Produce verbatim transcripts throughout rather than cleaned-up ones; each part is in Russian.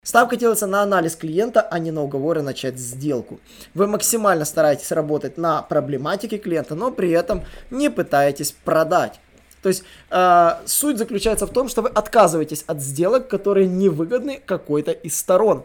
Ставка делается на анализ клиента, а не на уговоры начать сделку. Вы максимально стараетесь работать на проблематике клиента, но при этом не пытаетесь продать. То есть э, суть заключается в том, что вы отказываетесь от сделок, которые невыгодны какой-то из сторон.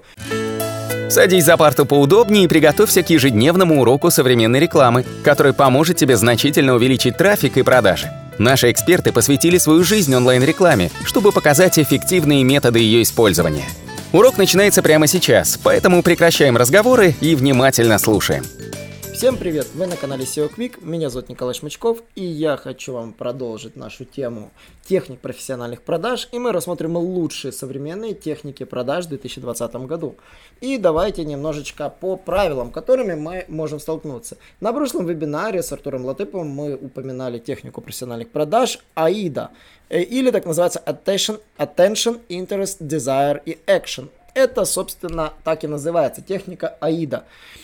Садись за парту поудобнее и приготовься к ежедневному уроку современной рекламы, который поможет тебе значительно увеличить трафик и продажи. Наши эксперты посвятили свою жизнь онлайн-рекламе, чтобы показать эффективные методы ее использования. Урок начинается прямо сейчас, поэтому прекращаем разговоры и внимательно слушаем. Всем привет! Вы на канале сео Quick, меня зовут Николай Шмычков, и я хочу вам продолжить нашу тему техник профессиональных продаж, и мы рассмотрим лучшие современные техники продаж в две тысячи двадцатом году. И давайте немножечко по правилам, которыми мы можем столкнуться. На прошлом вебинаре с Артуром Латыповым мы упоминали технику профессиональных продаж АИДА, или так называется Attention, Attention, Interest, Desire и Action. Это, собственно, так и называется техника АИДА.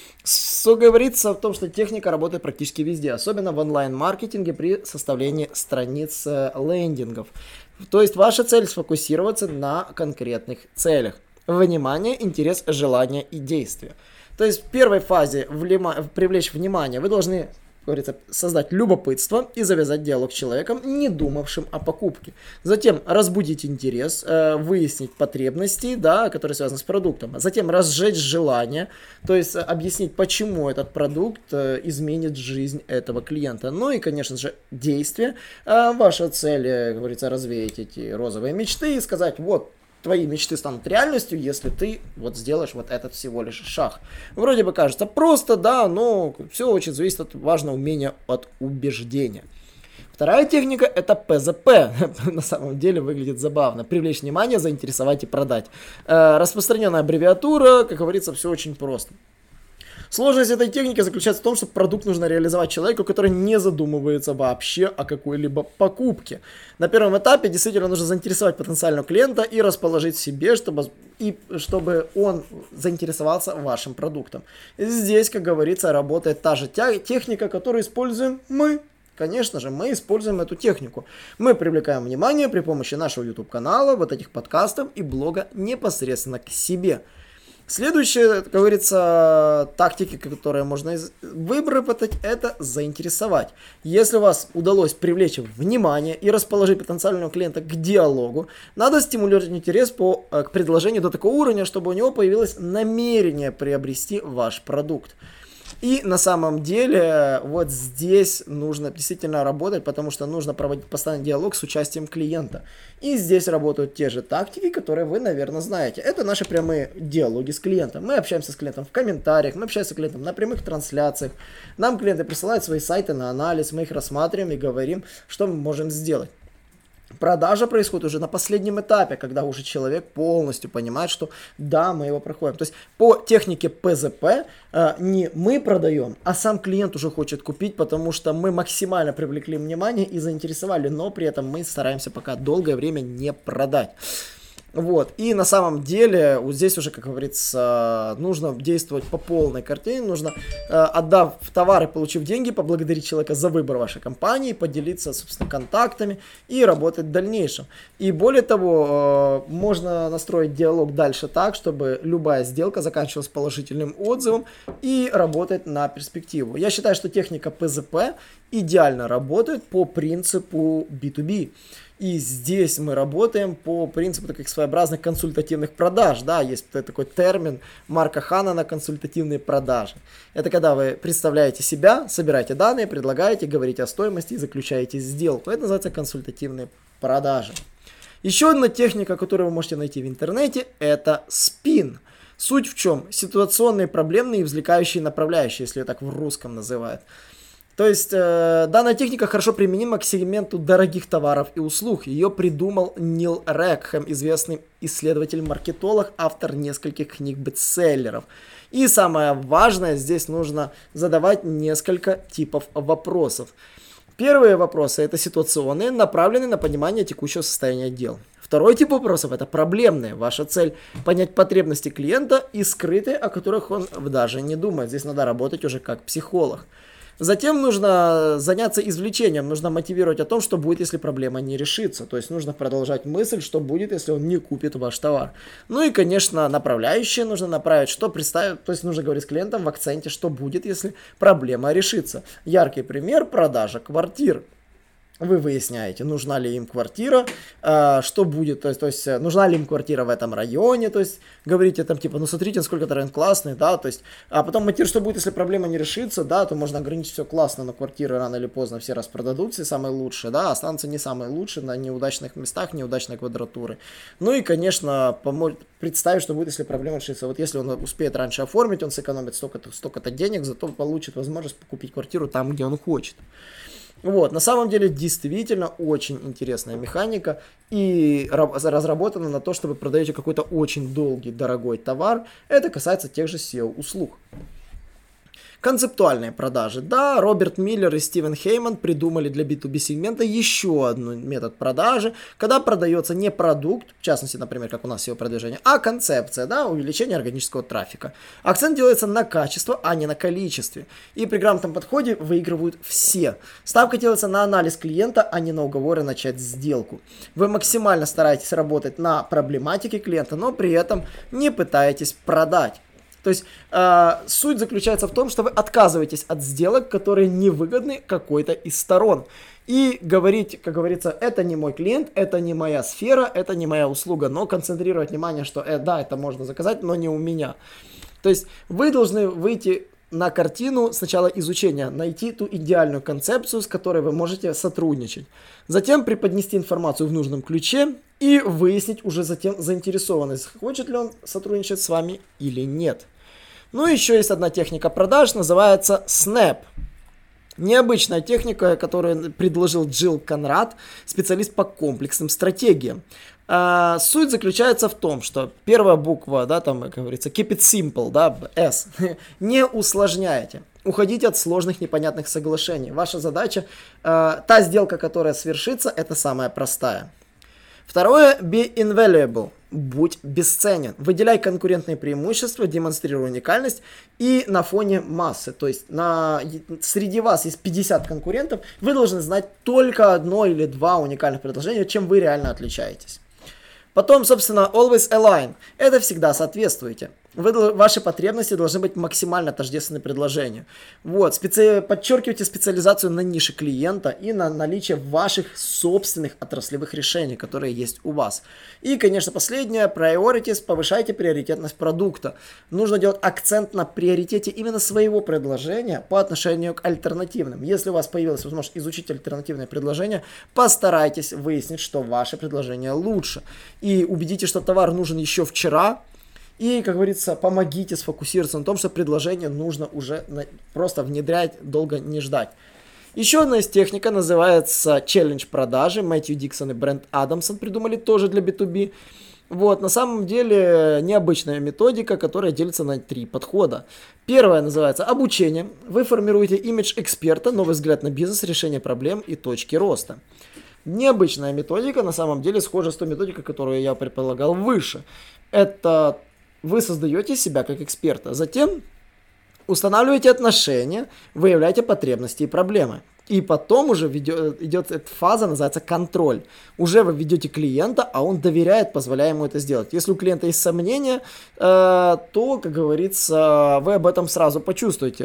Все говорится в том, что техника работает практически везде, особенно в онлайн-маркетинге при составлении страниц лендингов. То есть ваша цель сфокусироваться на конкретных целях. Внимание, интерес, желание и действие. То есть в первой фазе влима- привлечь внимание вы должны, как говорится, создать любопытство и завязать диалог с человеком, не думавшим о покупке. Затем разбудить интерес, э, выяснить потребности, да, которые связаны с продуктом. Затем разжечь желание, то есть объяснить, почему этот продукт э, изменит жизнь этого клиента. Ну и, конечно же, действие. Э, ваша цель, э, как говорится, развеять эти розовые мечты и сказать, вот, твои мечты станут реальностью, если ты вот сделаешь вот этот всего лишь шаг. Вроде бы кажется просто, да, но все очень зависит от важного умения от убеждения. Вторая техника – это пэ зэ пэ. На самом деле выглядит забавно. Привлечь внимание, заинтересовать и продать. Э, распространенная аббревиатура, как говорится, все очень просто. Сложность этой техники заключается в том, что продукт нужно реализовать человеку, который не задумывается вообще о какой-либо покупке. На первом этапе действительно нужно заинтересовать потенциального клиента и расположить себе, чтобы, и, чтобы он заинтересовался вашим продуктом. Здесь, как говорится, работает та же техника, которую используем мы. Конечно же, мы используем эту технику. Мы привлекаем внимание при помощи нашего YouTube-канала, вот этих подкастов и блога непосредственно к себе. Следующая, как говорится, тактики, которые можно выработать, это заинтересовать. Если у вас удалось привлечь внимание и расположить потенциального клиента к диалогу, надо стимулировать интерес по, к предложению до такого уровня, чтобы у него появилось намерение приобрести ваш продукт. И на самом деле вот здесь нужно действительно работать, потому что нужно проводить постоянный диалог с участием клиента. И здесь работают те же тактики, которые вы, наверное, знаете. Это наши прямые диалоги с клиентом. Мы общаемся с клиентом в комментариях, мы общаемся с клиентом на прямых трансляциях. Нам клиенты присылают свои сайты на анализ, мы их рассматриваем и говорим, что мы можем сделать. Продажа происходит уже на последнем этапе, когда уже человек полностью понимает, что да, мы его проходим. То есть по технике пэ зэ пэ э, не мы продаем, а сам клиент уже хочет купить, потому что мы максимально привлекли внимание и заинтересовали, но при этом мы стараемся пока долгое время не продать. Вот, и на самом деле, вот здесь уже, как говорится, нужно действовать по полной картине, нужно, э, отдав товар и получив деньги, поблагодарить человека за выбор вашей компании, поделиться, собственно, контактами и работать в дальнейшем. И более того, э, можно настроить диалог дальше так, чтобы любая сделка заканчивалась положительным отзывом и работать на перспективу. Я считаю, что техника пэ зэ пэ идеально работает по принципу би ту би. И здесь мы работаем по принципу таких своеобразных консультативных продаж. Да, есть такой термин Марка Ханана — консультативные продажи. Это когда вы представляете себя, собираете данные, предлагаете, говорите о стоимости и заключаете сделку. Это называется консультативные продажи. Еще одна техника, которую вы можете найти в интернете, это спин. Суть в чем? Ситуационные, проблемные и извлекающие направляющие, если так в русском называют. То есть э, данная техника хорошо применима к сегменту дорогих товаров и услуг. Ее придумал Нил Рекхэм, известный исследователь-маркетолог, автор нескольких книг-бестселлеров. И самое важное, здесь нужно задавать несколько типов вопросов. Первые вопросы – это ситуационные, направленные на понимание текущего состояния дел. Второй тип вопросов – это проблемные. Ваша цель – понять потребности клиента и скрытые, о которых он даже не думает. Здесь надо работать уже как психолог. Затем нужно заняться извлечением, нужно мотивировать о том, что будет, если проблема не решится. То есть нужно продолжать мысль, что будет, если он не купит ваш товар. Ну и, конечно, направляющие нужно направить, что представить, то есть нужно говорить с клиентом в акценте, что будет, если проблема решится. Яркий пример – продажа квартир. Вы выясняете, нужна ли им квартира, э, что будет, то есть, то есть, нужна ли им квартира в этом районе, то есть, говорите там, типа, ну, смотрите, насколько это район классный, да, то есть, а потом мотивирует, что будет, если проблема не решится, да, то можно ограничить все классно, но квартиры рано или поздно все распродадут, все самые лучшие, да, останутся не самые лучшие на неудачных местах, неудачной квадратуры. Ну и, конечно, помочь, представить, что будет, если проблема решится. Вот если он успеет раньше оформить, он сэкономит столько-то, столько-то денег, зато получит возможность купить квартиру там, где он хочет. Вот, на самом деле, действительно очень интересная механика и разработана на то, чтобы продаете какой-то очень долгий, дорогой товар. Это касается тех же сео-услуг. Концептуальные продажи. Да, Роберт Миллер и Стивен Хейман придумали для би ту би сегмента еще один метод продажи, когда продается не продукт, в частности, например, как у нас сео-продвижение, а концепция, да, увеличение органического трафика. Акцент делается на качество, а не на количестве. И при грамотном подходе выигрывают все. Ставка делается на анализ клиента, а не на уговоры начать сделку. Вы максимально стараетесь работать на проблематике клиента, но при этом не пытаетесь продать. То есть э, суть заключается в том, что вы отказываетесь от сделок, которые невыгодны какой-то из сторон. И говорить, как говорится, это не мой клиент, это не моя сфера, это не моя услуга, но концентрировать внимание, что э, да, это можно заказать, но не у меня. То есть вы должны выйти на картину сначала изучения, найти ту идеальную концепцию, с которой вы можете сотрудничать. Затем преподнести информацию в нужном ключе и выяснить уже затем заинтересованность, хочет ли он сотрудничать с вами или нет. Ну и еще есть одна техника продаж, называется снэп. Необычная техника, которую предложил Джилл Конрад, специалист по комплексным стратегиям. А, суть заключается в том, что первая буква, да, там, как говорится, keep it simple, да, S, не усложняйте. Уходите от сложных непонятных соглашений. Ваша задача, э, та сделка, которая свершится, это самая простая. Второе, be invaluable, будь бесценен. Выделяй конкурентные преимущества, демонстрируй уникальность и на фоне массы. То есть на, среди вас есть пятьдесят конкурентов, вы должны знать только одно или два уникальных предложения, чем вы реально отличаетесь. Потом, собственно, always align. Это всегда соответствуете. Вы, ваши потребности должны быть максимально тождественны предложению. Вот, специ... подчеркивайте специализацию на нише клиента и на наличие ваших собственных отраслевых решений, которые есть у вас. И, конечно, последнее, priorities, повышайте приоритетность продукта. Нужно делать акцент на приоритете именно своего предложения по отношению к альтернативным. Если у вас появилась возможность изучить альтернативные предложения, постарайтесь выяснить, что ваше предложение лучше. И убедитесь, что товар нужен еще вчера. И, как говорится, помогите сфокусироваться на том, что предложение нужно уже просто внедрять, долго не ждать. Еще одна из техник называется челлендж продажи. Мэтью Диксон и Брент Адамсон придумали тоже для би ту би. Вот, на самом деле необычная методика, которая делится на три подхода. Первое называется обучение. Вы формируете имидж эксперта, новый взгляд на бизнес, решение проблем и точки роста. Необычная методика на самом деле схожа с той методикой, которую я предполагал выше. Это вы создаете себя как эксперта, затем устанавливаете отношения, выявляете потребности и проблемы. И потом уже ведет, идет эта фаза, называется контроль. Уже вы ведете клиента, а он доверяет, позволяя ему это сделать. Если у клиента есть сомнения, э, то, как говорится, вы об этом сразу почувствуете.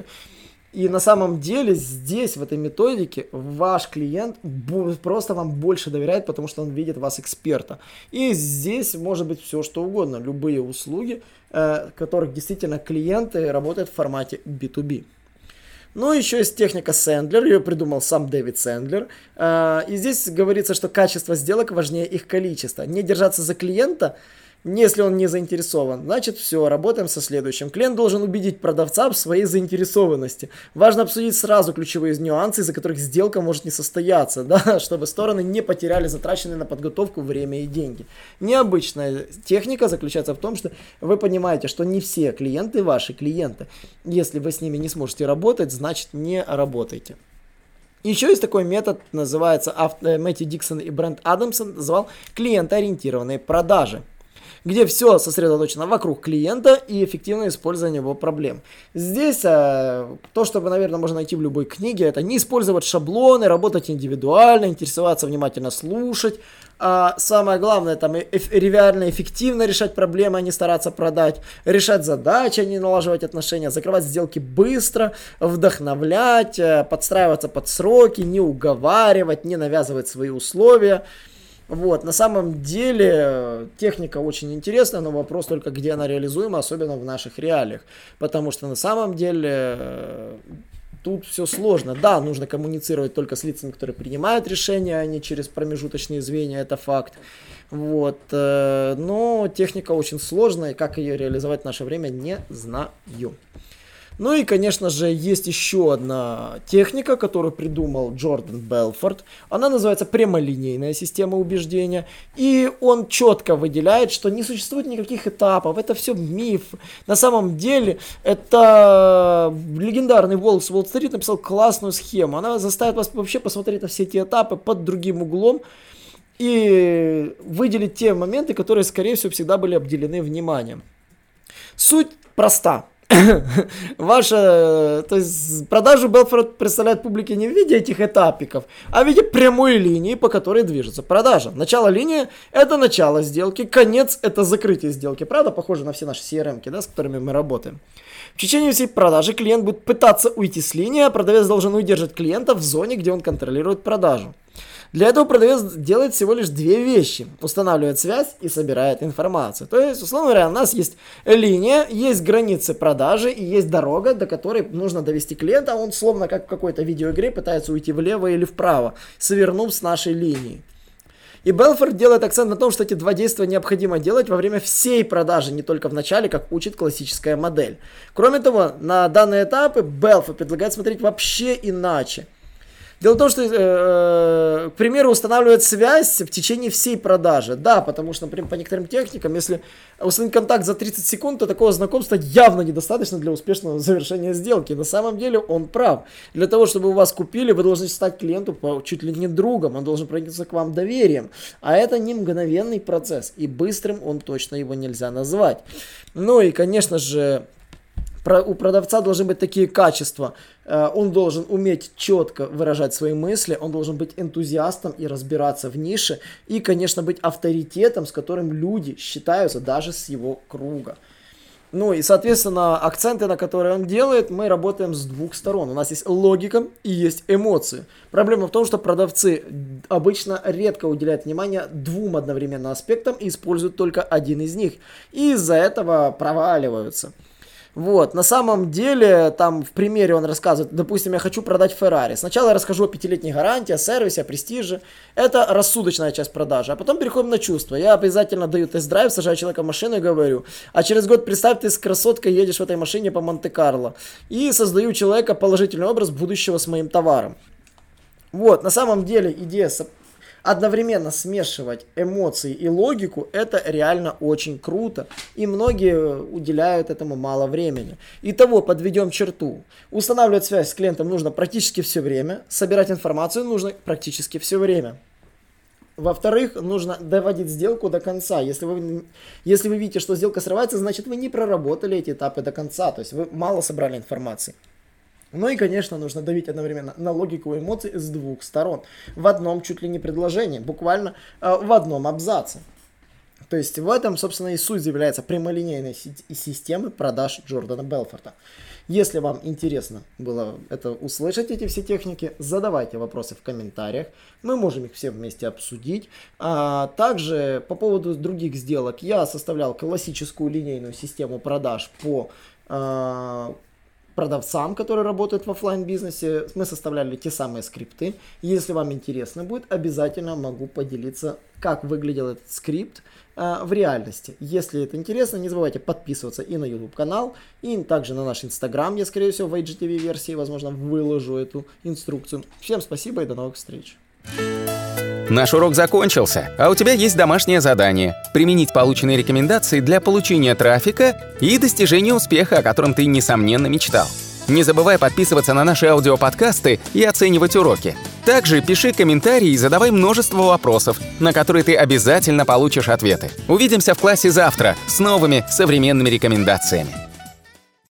И на самом деле здесь, в этой методике, ваш клиент просто вам больше доверяет, потому что он видит вас эксперта. И здесь может быть все, что угодно. Любые услуги, э, которых действительно клиенты работают в формате би ту би. Ну, еще есть техника Сэндлер, ее придумал сам Дэвид Сэндлер. Э, и здесь говорится, что качество сделок важнее их количества. Не держаться за клиента, если он не заинтересован, значит все, работаем со следующим. Клиент должен убедить продавца в своей заинтересованности. Важно обсудить сразу ключевые нюансы, из-за которых сделка может не состояться, да, чтобы стороны не потеряли затраченные на подготовку время и деньги. Необычная техника заключается в том, что вы понимаете, что не все клиенты ваши клиенты. Если вы с ними не сможете работать, значит не работайте. Еще есть такой метод, называется, Мэтью Диксон и Брент Адамсон называл клиентоориентированные продажи. где все сосредоточено вокруг клиента и эффективное использование его проблем. Здесь э, то, что, наверное, можно найти в любой книге, это не использовать шаблоны, работать индивидуально, интересоваться, внимательно слушать. А самое главное, там, эф- реально эффективно решать проблемы, а не стараться продать, решать задачи, а не налаживать отношения, закрывать сделки быстро, вдохновлять, э, подстраиваться под сроки, не уговаривать, не навязывать свои условия. Вот, на самом деле техника очень интересная, но вопрос только, где она реализуема, особенно в наших реалиях. Потому что на самом деле тут все сложно. Да, нужно коммуницировать только с лицами, которые принимают решения, а не через промежуточные звенья, это факт. Вот, но техника очень сложная, и как ее реализовать в наше время, не знаю. Ну и, конечно же, есть еще одна техника, которую придумал Джордан Белфорд. Она называется прямолинейная система убеждения. И он четко выделяет, что не существует никаких этапов. Это все миф. На самом деле, это легендарный Волк с Уолл-стрит написал классную схему. Она заставит вас вообще посмотреть на все эти этапы под другим углом и выделить те моменты, которые, скорее всего, всегда были обделены вниманием. Суть проста. Ваша, то есть продажу Белфорд представляет публике не в виде этих этапиков, а в виде прямой линии, по которой движется продажа. Начало линии — это начало сделки, конец — это закрытие сделки. Правда, похоже на все наши си эр эм-ки, да, с которыми мы работаем. В течение всей продажи клиент будет пытаться уйти с линии, а продавец должен удержать клиента в зоне, где он контролирует продажу. Для этого продавец делает всего лишь две вещи. Устанавливает связь и собирает информацию. То есть, условно говоря, у нас есть линия, есть границы продажи и есть дорога, до которой нужно довести клиента. Он словно как в какой-то видеоигре пытается уйти влево или вправо, свернув с нашей линии. И Белфорд делает акцент на том, что эти два действия необходимо делать во время всей продажи, не только в начале, как учит классическая модель. Кроме того, на данные этапы Белфорд предлагает смотреть вообще иначе. Дело в том, что, э, к примеру, устанавливает связь в течение всей продажи. Да, потому что, например, по некоторым техникам, если установить контакт за тридцать секунд, то такого знакомства явно недостаточно для успешного завершения сделки. На самом деле он прав. Для того, чтобы у вас купили, вы должны стать клиенту по, чуть ли не другом. Он должен проникнуться к вам доверием. А это не мгновенный процесс. И быстрым он точно его нельзя назвать. Ну и, конечно же, у продавца должны быть такие качества. Он должен уметь четко выражать свои мысли, он должен быть энтузиастом и разбираться в нише. И, конечно, быть авторитетом, с которым люди считаются даже с его круга. Ну и, соответственно, акценты, на которые он делает, мы работаем с двух сторон. У нас есть логика и есть эмоции. Проблема в том, что продавцы обычно редко уделяют внимание двум одновременно аспектам и используют только один из них. И из-за этого проваливаются. Вот, на самом деле, там в примере он рассказывает, допустим, я хочу продать Феррари. Сначала я расскажу о пятилетней гарантии, о сервисе, о престиже. Это рассудочная часть продажи. А потом переходим на чувства. Я обязательно даю тест-драйв, сажаю человека в машину и говорю, а через год представь, ты с красоткой едешь в этой машине по Монте-Карло. И создаю у человека положительный образ будущего с моим товаром. Вот, на самом деле идея одновременно смешивать эмоции и логику, это реально очень круто. И многие уделяют этому мало времени. Итого, подведем черту. Устанавливать связь с клиентом нужно практически все время. Собирать информацию нужно практически все время. Во-вторых, нужно доводить сделку до конца. Если вы, если вы видите, что сделка срывается, значит вы не проработали эти этапы до конца. То есть вы мало собрали информации. Ну и, конечно, нужно давить одновременно на логику и эмоции с двух сторон. В одном чуть ли не предложении, буквально э, в одном абзаце. То есть в этом, собственно, и суть является прямолинейной системы продаж Джордана Белфорда. Если вам интересно было это услышать, эти все техники, задавайте вопросы в комментариях. Мы можем их все вместе обсудить. А также по поводу других сделок я составлял классическую линейную систему продаж по э, продавцам, которые работают в офлайн-бизнесе. Мы составляли те самые скрипты. Если вам интересно будет, обязательно могу поделиться, как выглядел этот скрипт э, в реальности. Если это интересно, не забывайте подписываться и на YouTube-канал, и также на наш Instagram. Я, скорее всего, в эй джи ти ви-версии, возможно, выложу эту инструкцию. Всем спасибо и до новых встреч. Наш урок закончился, а у тебя есть домашнее задание – применить полученные рекомендации для получения трафика и достижения успеха, о котором ты, несомненно, мечтал. Не забывай подписываться на наши аудиоподкасты и оценивать уроки. Также пиши комментарии и задавай множество вопросов, на которые ты обязательно получишь ответы. Увидимся в классе завтра с новыми современными рекомендациями.